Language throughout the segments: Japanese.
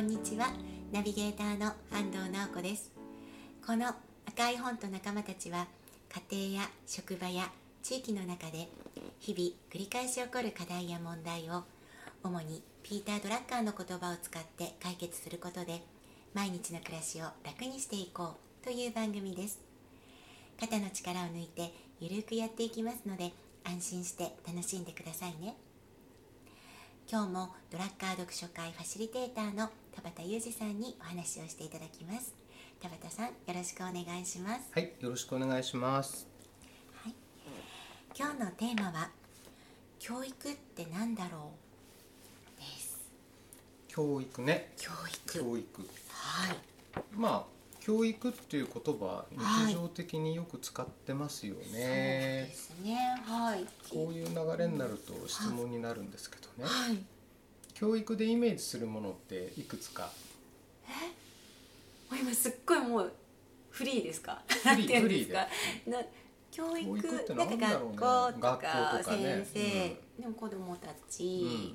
んにちは。ナビゲーターの半藤直子です。この赤い本と仲間たちは、家庭や職場や地域の中で日々繰り返し起こる課題や問題を主にピーター・ドラッカーの言葉を使って解決することで、毎日の暮らしを楽にしていこうという番組です。肩の力を抜いてゆるくやっていきますので、安心して楽しんでくださいね。今日もドラッカー読書会ファシリテーターの田畑裕二さんにお話をしていただきます。田畑さん、よろしくお願いします。 はい、よろしくお願いします。 はい、今日のテーマは教育ってなんだろうです。 教育ね。 教育。 はい。教育っていう言葉、日常的によく使ってますよね。 そうですね。はい。 こういう流れになると質問になるんですけどね。 はい。 教育でイメージするものっていくつか。 もう今すっごいもうフリーですか？ フリーで。 教育ってなんか学校とか先生、でも子供たち、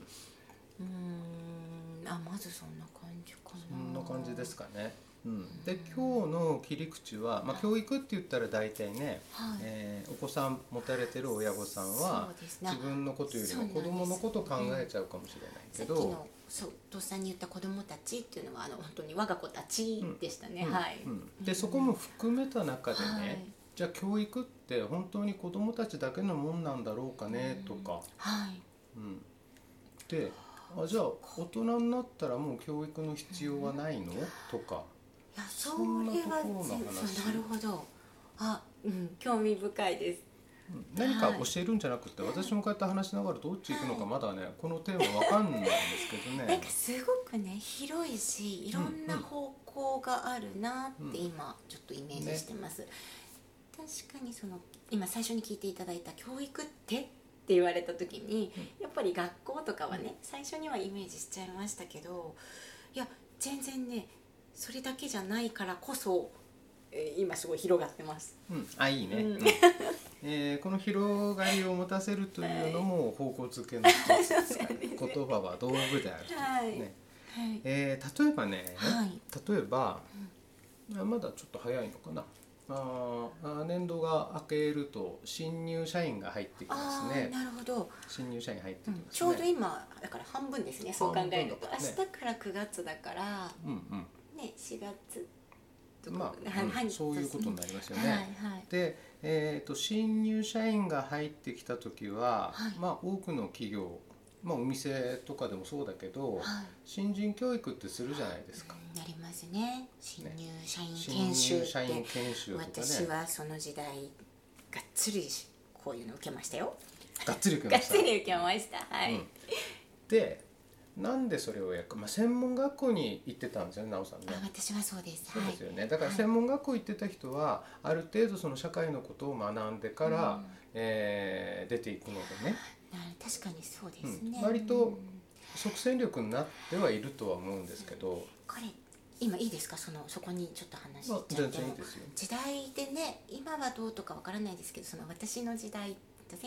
まずそんな感じかな。 そんな感じですかね。で、今日の切り口は、教育って言ったら大体ね、お子さん持たれてる親御さんは自分のことよりも子供のことを考えちゃうかもしれないけど、 さっきのとっさんに言った子供たちっていうのは本当に我が子たちでしたね。 でそこも含めた中でね、じゃあ教育って本当に子供たちだけのもんなんだろうかねとか、でじゃあ大人になったらもう教育の必要はないのとか、 それはなるほど。興味深いです。 何か教えるんじゃなくて、私もこうやって話しながらどっち行くのかまだね、このテーマわかんないんですけどね。 なんかすごくね、広いしいろんな方向があるなって今ちょっとイメージしてます。確かに今最初に聞いていただいた教育って言われた時に、やっぱり学校とかはね、最初にはイメージしちゃいましたけど、いや全然ね、それだけじゃないからこそ、今すごい広がってます。 いいね。この広がりを持たせるというのも方向づけの一つですから、言葉は道具であるというね。例えばね、まだちょっと早いのかな。年度が明けると新入社員が入ってきますね。 なるほど。 新入社員入ってきますね。 ちょうど今だから半分ですね。そう考えると、明日から9月だから、ね、4月とか、 そういうことになりますよね。で、新入社員が入ってきた時は、多くの企業、お店とかでもそうだけど、新人教育ってするじゃないですか。 なりますね。新入社員研修って、私はその時代がっつりこういうの受けましたよ。 がっつり受けました。で、なんでそれを専門学校に行ってたんですよね、なおさんね。 私はそうです。 そうですよね。だから専門学校行ってた人はある程度その社会のことを学んでから、出ていくのでね。 確かにそうですね。 割と即戦力になってはいるとは思うんですけど。 これ今いいですか、そこにちょっと話しちゃっても。 全然いいですよ。 時代でね、今はどうとかわからないですけど、私の時代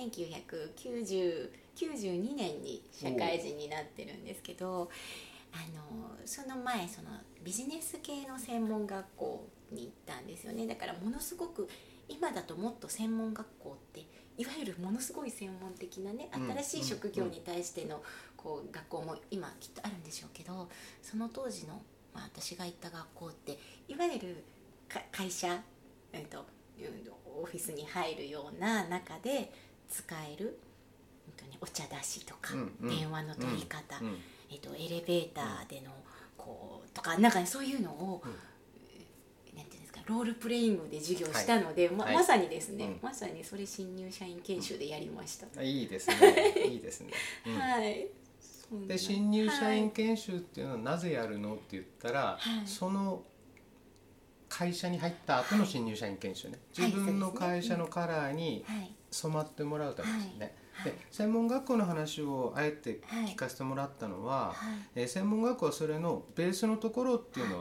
1992年に社会人になってるんですけど、その前ビジネス系の専門学校に行ったんですよね。だからものすごく今だともっと専門学校っていわゆるものすごい専門的なね、新しい職業に対しての学校も今きっとあるんでしょうけど、その当時の私が行った学校っていわゆる会社、オフィスに入るような中で使える本当にお茶出しとか、電話の取り方、エレベーターでのとか、なんかそういうのを、なんていうんですか、ロールプレイングで授業したので、まさにですね、まさにそれ新入社員研修でやりました。 いいですね。いいですね。で、新入社員研修っていうのはなぜやるのって言ったら、その会社に入った後の新入社員研修ね、自分の会社のカラーに染まってもらうためですね。で、専門学校の話をあえて聞かせてもらったのは、専門学校はそれのベースのところっていうのは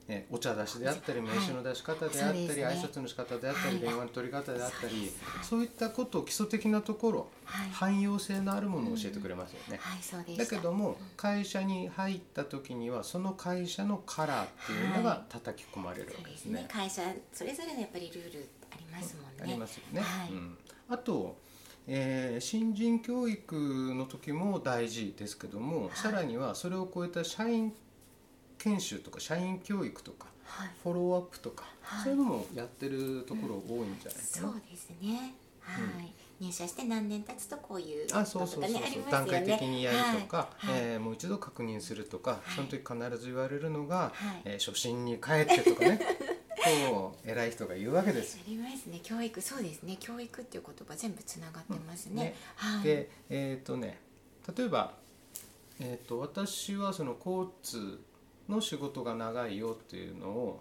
お茶出しであったり名刺の出し方であったり、挨拶の仕方であったり、電話の取り方であったり、そういったことを基礎的なところ、汎用性のあるものを教えてくれますよね。だけども会社に入った時にはその会社のカラーっていうのが叩き込まれるわけですね。 会社それぞれのやっぱりルールありますもんね。 ありますよね。あと新人教育の時も大事ですけども、さらにはそれを超えた社員研修とか社員教育とか、フォローアップとか、そういうのもやってるところ多いんじゃないかな。 そうですね。入社して何年経つとこういうのとかね、ありますよね。段階的にやるとか、もう一度確認するとか、その時必ず言われるのが、初心に帰ってとかねこう偉い人が言うわけです。 ありますね。教育、そうですね。教育っていう言葉全部つながってますね。 で例えば、私はその交通の仕事が長いよっていうのを、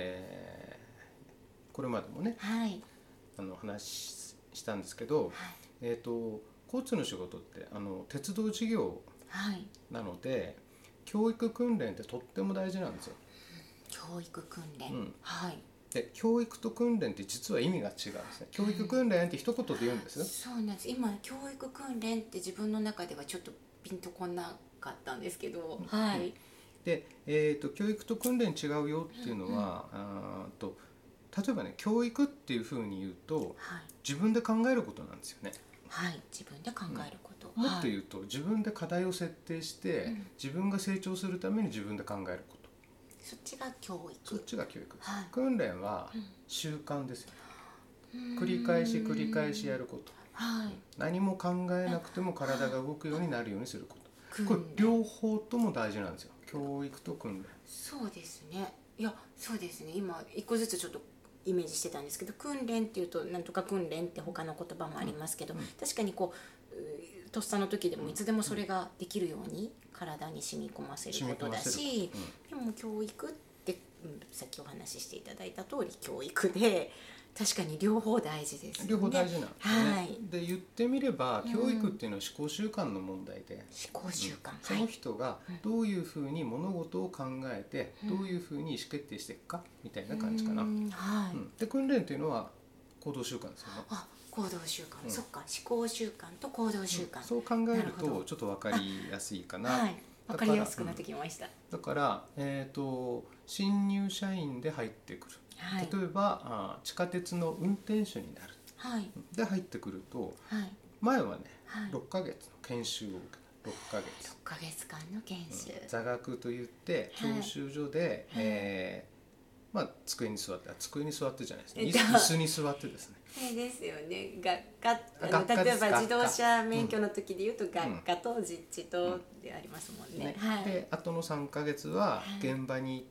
これまでもね、話したんですけど、交通の仕事って鉄道事業なので、教育訓練ってとっても大事なんですよ。 教育訓練、 で教育と訓練って実は意味が違うんですね。教育訓練って一言で言うんですよ。 そうなんです。今教育訓練って自分の中ではちょっとピンとこなかったんですけど、 で、教育と訓練違うよっていうのは、例えばね、教育っていうふうに言うと、自分で考えることなんですよね。 自分で考えること、 もっと言うと自分で課題を設定して、自分が成長するために自分で考えること、 そっちが教育。 そっちが教育です。訓練は習慣ですよ。繰り返し繰り返しやること、何も考えなくても体が動くようになるようにすること、これ両方とも大事なんですよ。教育と訓練。 そうですね。いや、そうですね。今一個ずつちょっとイメージしてたんですけど、訓練っていうとなんとか訓練って他の言葉もありますけど、確かにこうとっさの時でもいつでもそれができるように体に染み込ませることだし、でも教育って、さっきお話ししていただいた通り教育で、確かに両方大事ですよね。 両方大事なんですね。で言ってみれば、教育っていうのは思考習慣の問題で、 思考習慣、 その人がどういうふうに物事を考えて、どういうふうに意思決定していくかみたいな感じかな。で訓練っていうのは行動習慣ですよね。 行動習慣、そっか、思考習慣と行動習慣、 そう考えるとちょっと分かりやすいかな。 分かりやすくなってきました。 だから、新入社員で入ってくる、例えば地下鉄の運転手になる、で入ってくると、前はね、6ヶ月の研修を受けた。6 ヶ月間の研修、 座学といって教習所で、机に座ってじゃないですね、椅子に座ってですね、 ですよね。例えば自動車免許の時でいうと学科と実地とでありますもんね。 であとの3ヶ月は現場に行って、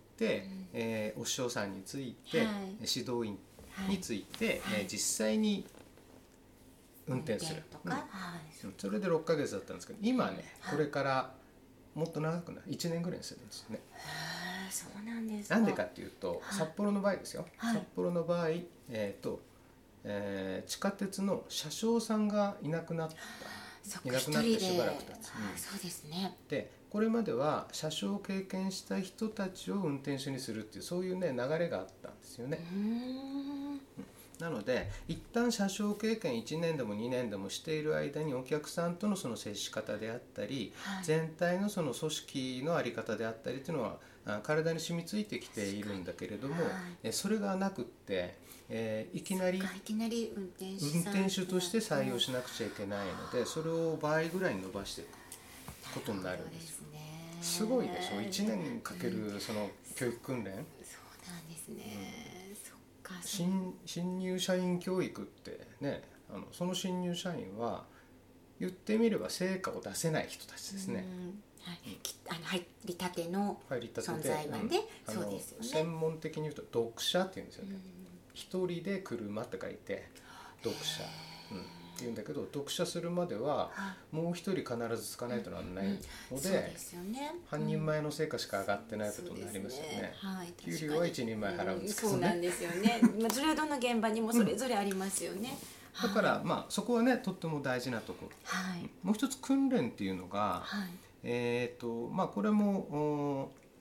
お師匠さんについて、指導員について、実際に運転するとか、それで6ヶ月だったんですけど、今ね、これからもっと長くなる、1年ぐらいにするんですよね。 そうなんですか。 なんでかっていうと、札幌の場合ですよ、札幌の場合、地下鉄の車掌さんがいなくなってしばらく経つ。 そうですね。 でこれまでは車掌を経験した人たちを運転手にするっていう、そういうね流れがあったんですよね。なので一旦車掌経験1年でも2年でもしている間に、お客さんとのその接し方であったり、全体のその組織の在り方であったりっていうのは体に染みついてきているんだけれども、それがなくって、いきなり運転手として採用しなくちゃいけないので、それを倍ぐらいに伸ばしていくことになるんですよ。すごいでしょ。1年かけるその教育訓練。 そうなんですね。そっか。 新入社員教育ってね、その新入社員は言ってみれば成果を出せない人たちですね。 入りたての存在はね、そうですよね。 専門的に言うと読者っていうんですよね。一人で車って書いて読者、っていうんだけど、読者するまではもう一人必ずつかないとならないので、半人前の成果しか上がってないことになりますよね。給料は一人前払うんですけどね。 そうなんですよね。それはどの現場にもそれぞれありますよね。 だからそこはね、とっても大事なところ。もう一つ訓練っていうのが、これも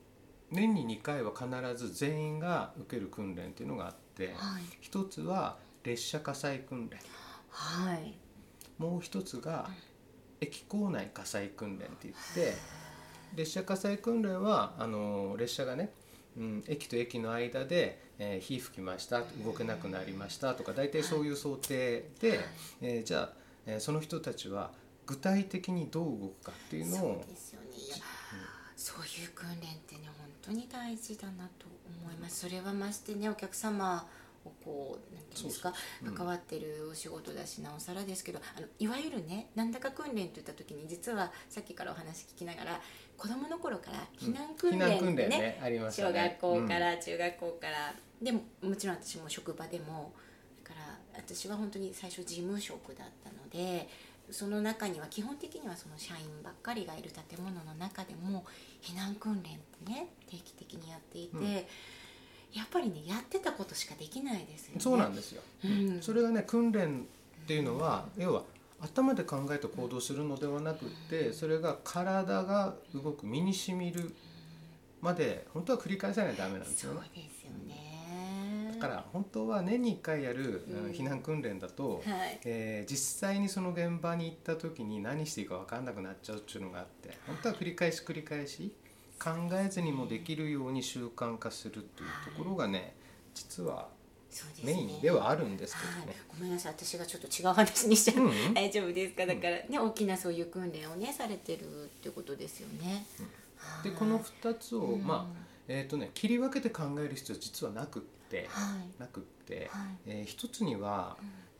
年に2回は必ず全員が受ける訓練っていうのがあって、一つは列車火災訓練、もう一つが駅構内火災訓練って言って、列車火災訓練は列車がね、駅と駅の間で、火吹きました動けなくなりましたとか、大体そういう想定で、じゃあ、その人たちは具体的にどう動くかっていうのを、 そうですよね。そういう訓練ってね本当に大事だなと思います。それはましてね、お客様をこうなんていうんですか、関わってるお仕事だし、なおさらですけど、いわゆるね、なんだか訓練といった時に、実はさっきからお話聞きながら、子供の頃から避難訓練ってね、 ありましたね。 小学校から中学校からでも、もちろん私も職場でも、だから私は本当に最初事務職だったので、その中には基本的にはその社員ばっかりがいる建物の中でも避難訓練ってね定期的にやっていて、やっぱりねやってたことしかできないですよね。 そうなんですよ、それがね、訓練っていうのは、要は頭で考えて行動するのではなくって、それが体が動く、身に染みるまで本当は繰り返さないとダメなんですよね。 そうですよね。 だから本当は年に1回やる避難訓練だと、実際にその現場に行った時に何していいか分かんなくなっちゃうっていうのがあって、本当は繰り返し考えずにもできるように習慣化するというところがね、実はメインではあるんですけどね。 ごめんなさい、私がちょっと違う話にしちゃう、大丈夫ですか。だからね、大きなそういう訓練をねされてるっていうことですよね。 でこの2つを、切り分けて考える必要は実はなくって、一つには、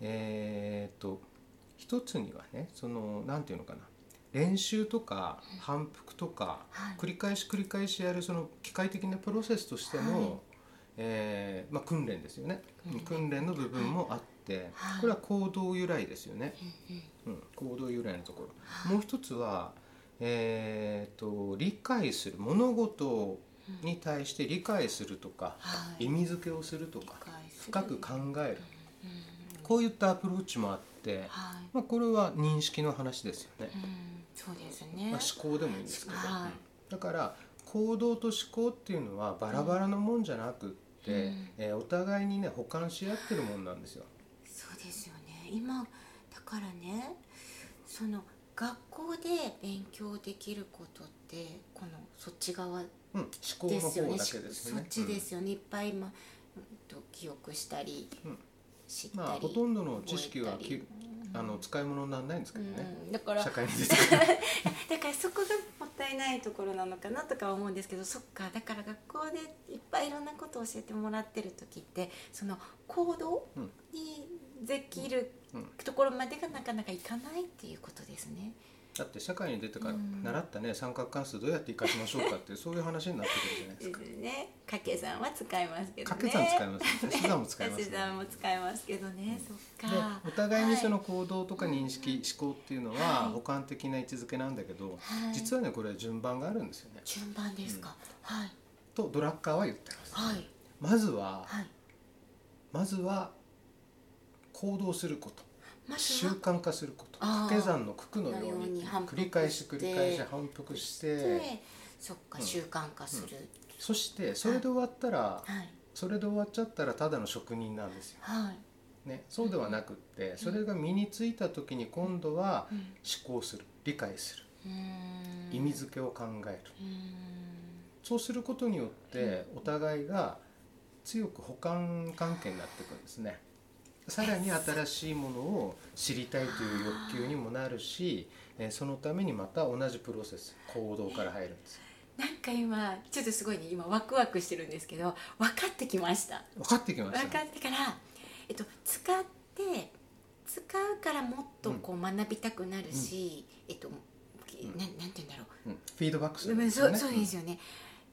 一つにはね、そのなんていうのかな、練習とか反復とか、繰り返しやるその機械的なプロセスとしての、訓練ですよね。訓練の部分もあって、これは行動由来ですよね。行動由来のところ。もう一つは、理解する、物事に対して理解するとか、意味付けをするとか、深く考える、こういったアプローチもあって、これは認識の話ですよね。 そうですね。 思考でもいいんですけど、だから行動と思考っていうのはバラバラなもんじゃなくって、お互いにね補完し合ってるもんなんですよ。 そうですよね。今だからね、その学校で勉強できることってこのそっち側ですよね。 思考の方だけですね。 そっちですよね。いっぱい記憶したり、知ったり、 ほとんどの知識は使い物にならないんですけどね。 だから社会に出てくるだからそこがもったいないところなのかなとか思うんですけど、そっか、だから学校でいっぱいいろんなことを教えてもらってる時って、その行動にできるところまでがなかなかいかないっていうことですね。 だって社会に出てから習ったね、三角関数どうやって活かしましょうかってそういう話になってくるじゃないですか。 ですね。掛け算は使いますけどね。 掛け算使います。足し算も使います、 足し算も使いますけどね。そっか。 でお互いにその行動とか認識、思考っていうのは補完的な位置づけなんだけど、実はねこれは順番があるんですよね。 順番ですか。 とドラッカーは言ってます。まずは行動すること。習慣化すること、掛け算の九九のように繰り返し反復して、 そっか、習慣化する、 そしてそれで終わったら、それで終わっちゃったらただの職人なんですよ、そうではなくって、それが身についた時に今度は思考する、理解する、意味付けを考える、そうすることによってお互いが強く補完関係になっていくんですね。さらに新しいものを知りたいという欲求にもなるし、そのためにまた同じプロセス、行動から入るんです。 なんか今ちょっとすごいね、今ワクワクしてるんですけど、分かってきました。 分かってから使うからもっとこう学びたくなるし、なんて言うんだろう、 フィードバックするんですよね。 そうですよね。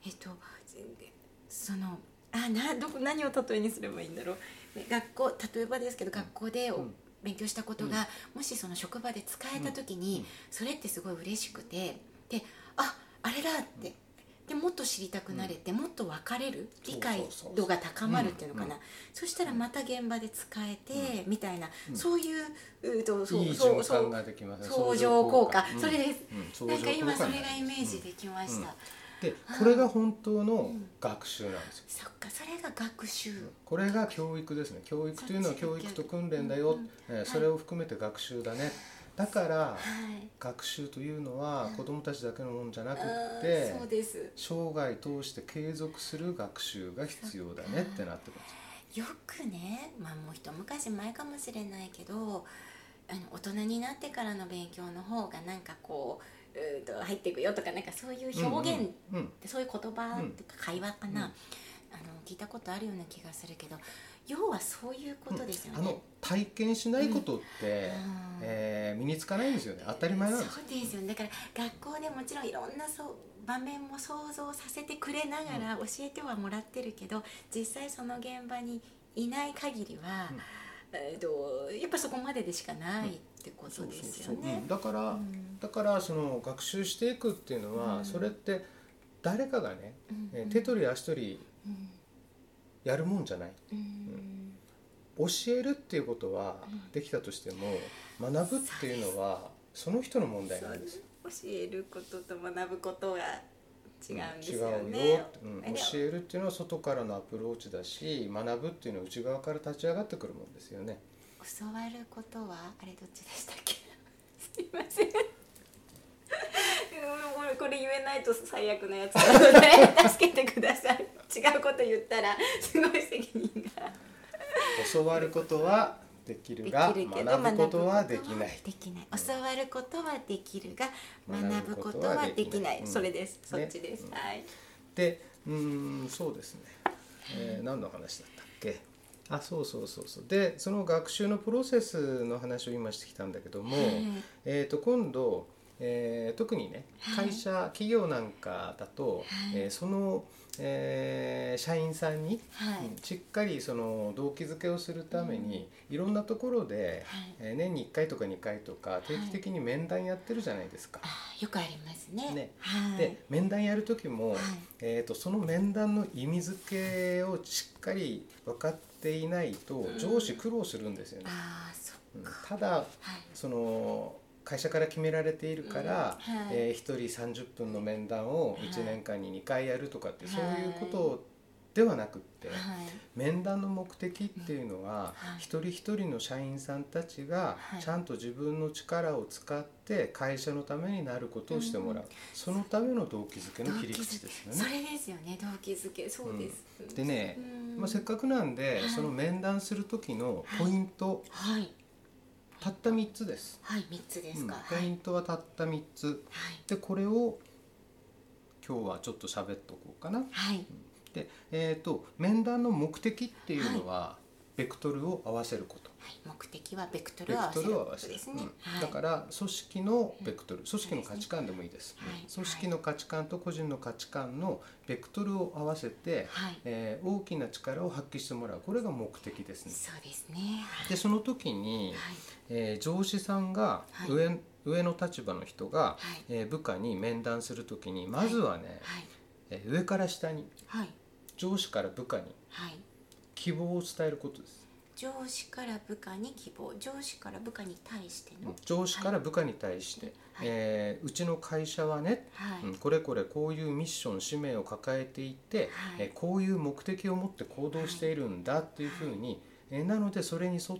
何を例えにすればいいんだろう。学校、例えばですけど、学校で勉強したことが、もしその職場で使えた時に、それってすごい嬉しくて、で、あれだって、でもっと知りたくなれて、もっと分かれる、理解度が高まるっていうのかな。そしたらまた現場で使えて、みたいな、そういういい循環ができますね。 相乗効果、それです。なんか今それがイメージできました。 でこれが本当の学習なんですよ。 そっか、それが学習。 これが教育ですね。教育というのは教育と訓練だよ、それを含めて学習だね。だから、学習というのは子どもたちだけのものじゃなくって、 そうです、 生涯通して継続する学習が必要だねってなってます。 よくね、もう一昔前かもしれないけど、大人になってからの勉強の方がなんかこう入っていくよとか、なんかそういう表現、そういう言葉とか会話かな、聞いたことあるような気がするけど、要はそういうことですよね。 体験しないことって、身につかないんですよね。当たり前なんですよ。 そうですよね。だから学校でもちろんいろんな場面も想像させてくれながら教えてはもらってるけど、実際その現場にいない限りは、やっぱそこまででしかないってことですよね。 だからその学習していくっていうのは、それって誰かがね、手取り足取りやるもんじゃない。教えるっていうことはできたとしても、学ぶっていうのはその人の問題なんです。 教えることと学ぶことは違うんですよね。 違うよ、教えるっていうのは外からのアプローチだし、学ぶっていうのは内側から立ち上がってくるもんですよね。 教わることはあれどっちでしたっけすいませんこれ言えないと最悪なやつなので助けてください。違うこと言ったらすごい責任が。 教わることはできるが学ぶことはできない。 教わることはできるが学ぶことはできない。それです。そっちです。はい。 で、そうですね。何の話だったっけ？そう。で、その学習のプロセスの話を今してきたんだけども、今度、特にね、会社、企業なんかだと、その社員さんにしっかりその動機づけをするために、いろんなところで年に1回とか2回とか定期的に面談やってるじゃないですか。 よくありますね。 で面談やる時も、その面談の意味付けをしっかり分かっていないと上司苦労するんですよね。ただその会社から決められているから、1人30分の面談を1年間に2回やるとかって、そういうことではなくって、面談の目的っていうのは、一人一人の社員さんたちがちゃんと自分の力を使って会社のためになることをしてもらう、そのための動機づけの切り口ですよね。 それですよね、動機づけ。そうです。 でね、せっかくなんで、その面談する時のポイント、たった3つです。 3つですか。 ポイントはたった3つ。で、これを今日はちょっと喋っとこうかな。で、面談の目的っていうのは、ベクトルを合わせること。 目的はベクトルを合わせることですね。 だから組織のベクトル、組織の価値観でもいいです。組織の価値観と個人の価値観のベクトルを合わせて、大きな力を発揮してもらう。これが目的ですね。 そうですね。 で、その時に、上司さんが上の立場の人が、部下に面談する時に、まずはね、上から下に、上司から部下に希望を伝えることです。 上司から部下に希望、上司から部下に対しての、 上司から部下に対して、うちの会社はね、これこういうミッション使命を抱えていて、こういう目的を持って行動しているんだっていうふうに、なのでそれに沿って、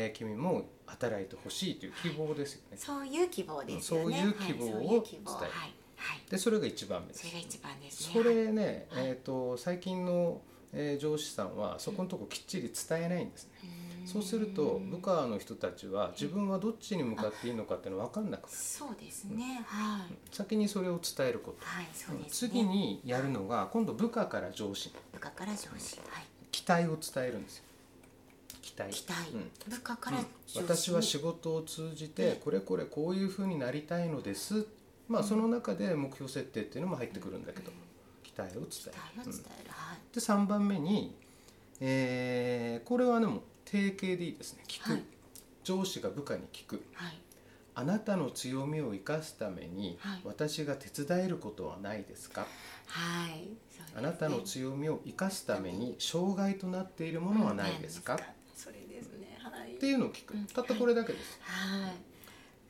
君も働いてほしいという希望ですよね。 そういう希望ですよね。 そういう希望を伝える。で、それが一番目です。 それが一番ですね。 それね、最近の上司さんはそこのとこきっちり伝えないんですね。そうすると部下の人たちは自分はどっちに向かっていいのかっていうの分かんなくなる。 そうですね。 先にそれを伝えること。次にやるのが今度部下から上司。期待を伝えるんですよ。期待。部下から上司。私は仕事を通じてこういうふうになりたいのです。その中で目標設定っていうのも入ってくるんだけど、期待を伝える。で、3番目に、これはでも定型でいいですね。聞く。上司が部下に聞く。あなたの強みを生かすために、私が手伝えることはないですか？あなたの強みを生かすために障害となっているものはないですか？ それですね。 っていうのを聞く。たったこれだけです。 そうで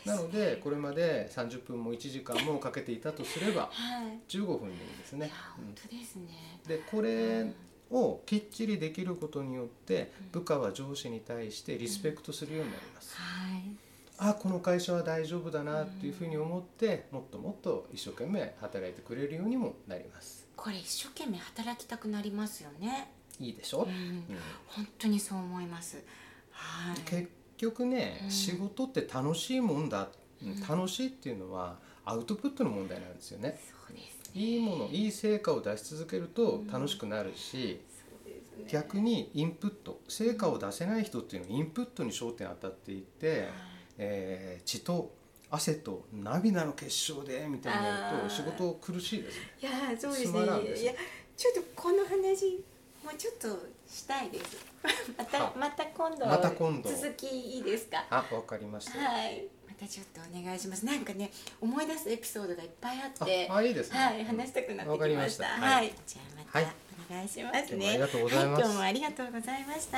なのでこれまで30分も1時間もかけていたとすれば15分でいいですね。 本当ですね。 でこれをきっちりできることによって部下は上司に対してリスペクトするようになります。この会社は大丈夫だなっていうふうに思ってもっともっと一生懸命働いてくれるようにもなります。 これ一生懸命働きたくなりますよね。 いいでしょ。 本当にそう思います。 結局ね、仕事って楽しいもんだ、楽しいっていうのはアウトプットの問題なんですよね。 そうですね。 いいもの、いい成果を出し続けると楽しくなるし、逆にインプット、成果を出せない人っていうのはインプットに焦点当たっていて、血と汗と涙の結晶でみたいになると仕事苦しいですね。 いやそうですね。 つまらんですよ。 いやちょっとこの話もうちょっとしたいです。また今度続きいいですか。 わかりました。 またちょっとお願いします。なんかね思い出すエピソードがいっぱいあって、 いいですね。 話したくなってきました。じゃあまたお願いしますね。 ありがとうございます。 今日もありがとうございました。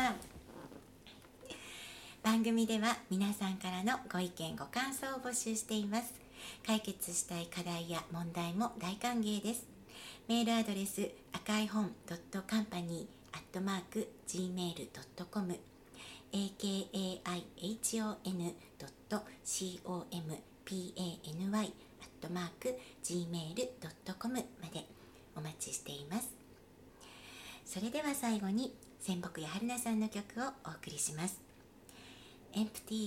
番組では皆さんからのご意見ご感想を募集しています。解決したい課題や問題も大歓迎です。メールアドレス赤い本.company@gmail.com akaihon.company@gmail.com までお待ちしています。それでは最後に仙北や春菜さんの曲をお送りします。Empty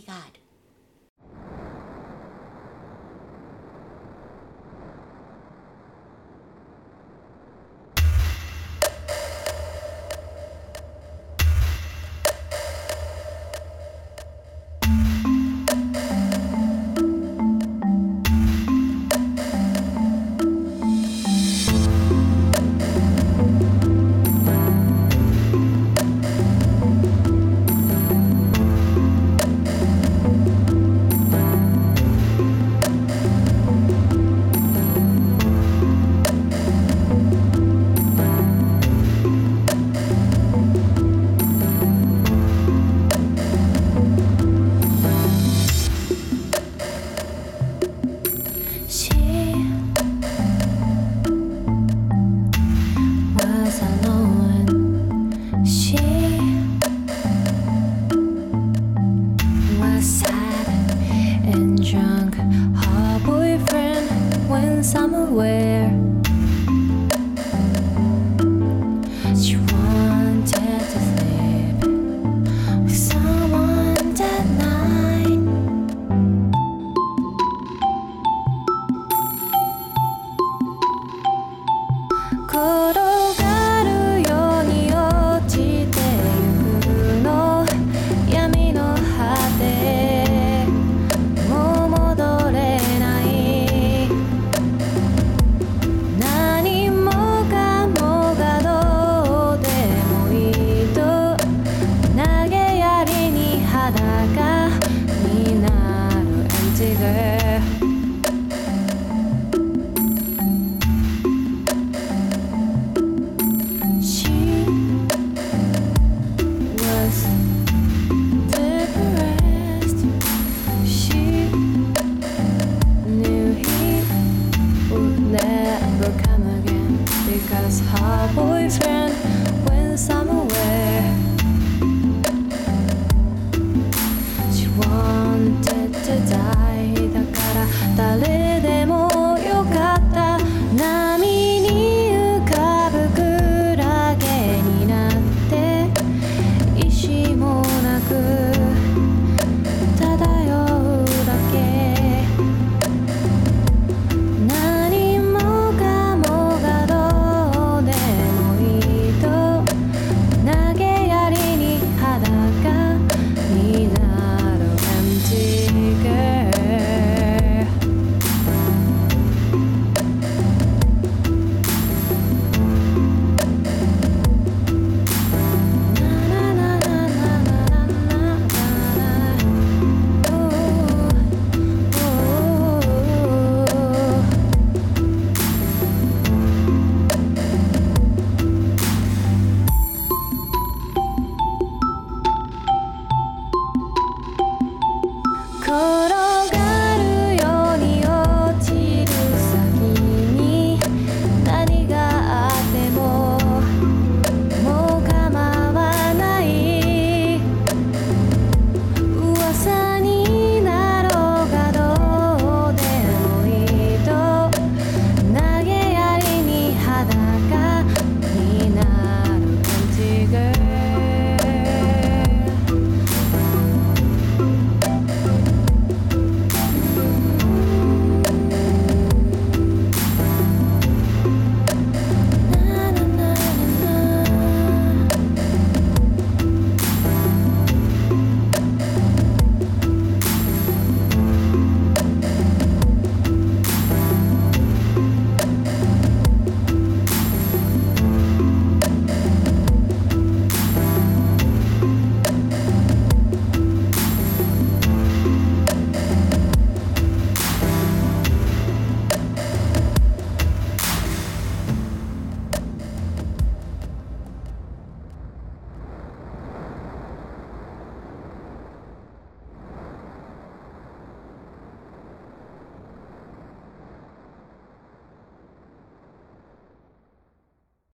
Girl。Somewhere she wanted to sleep with someone that night. Could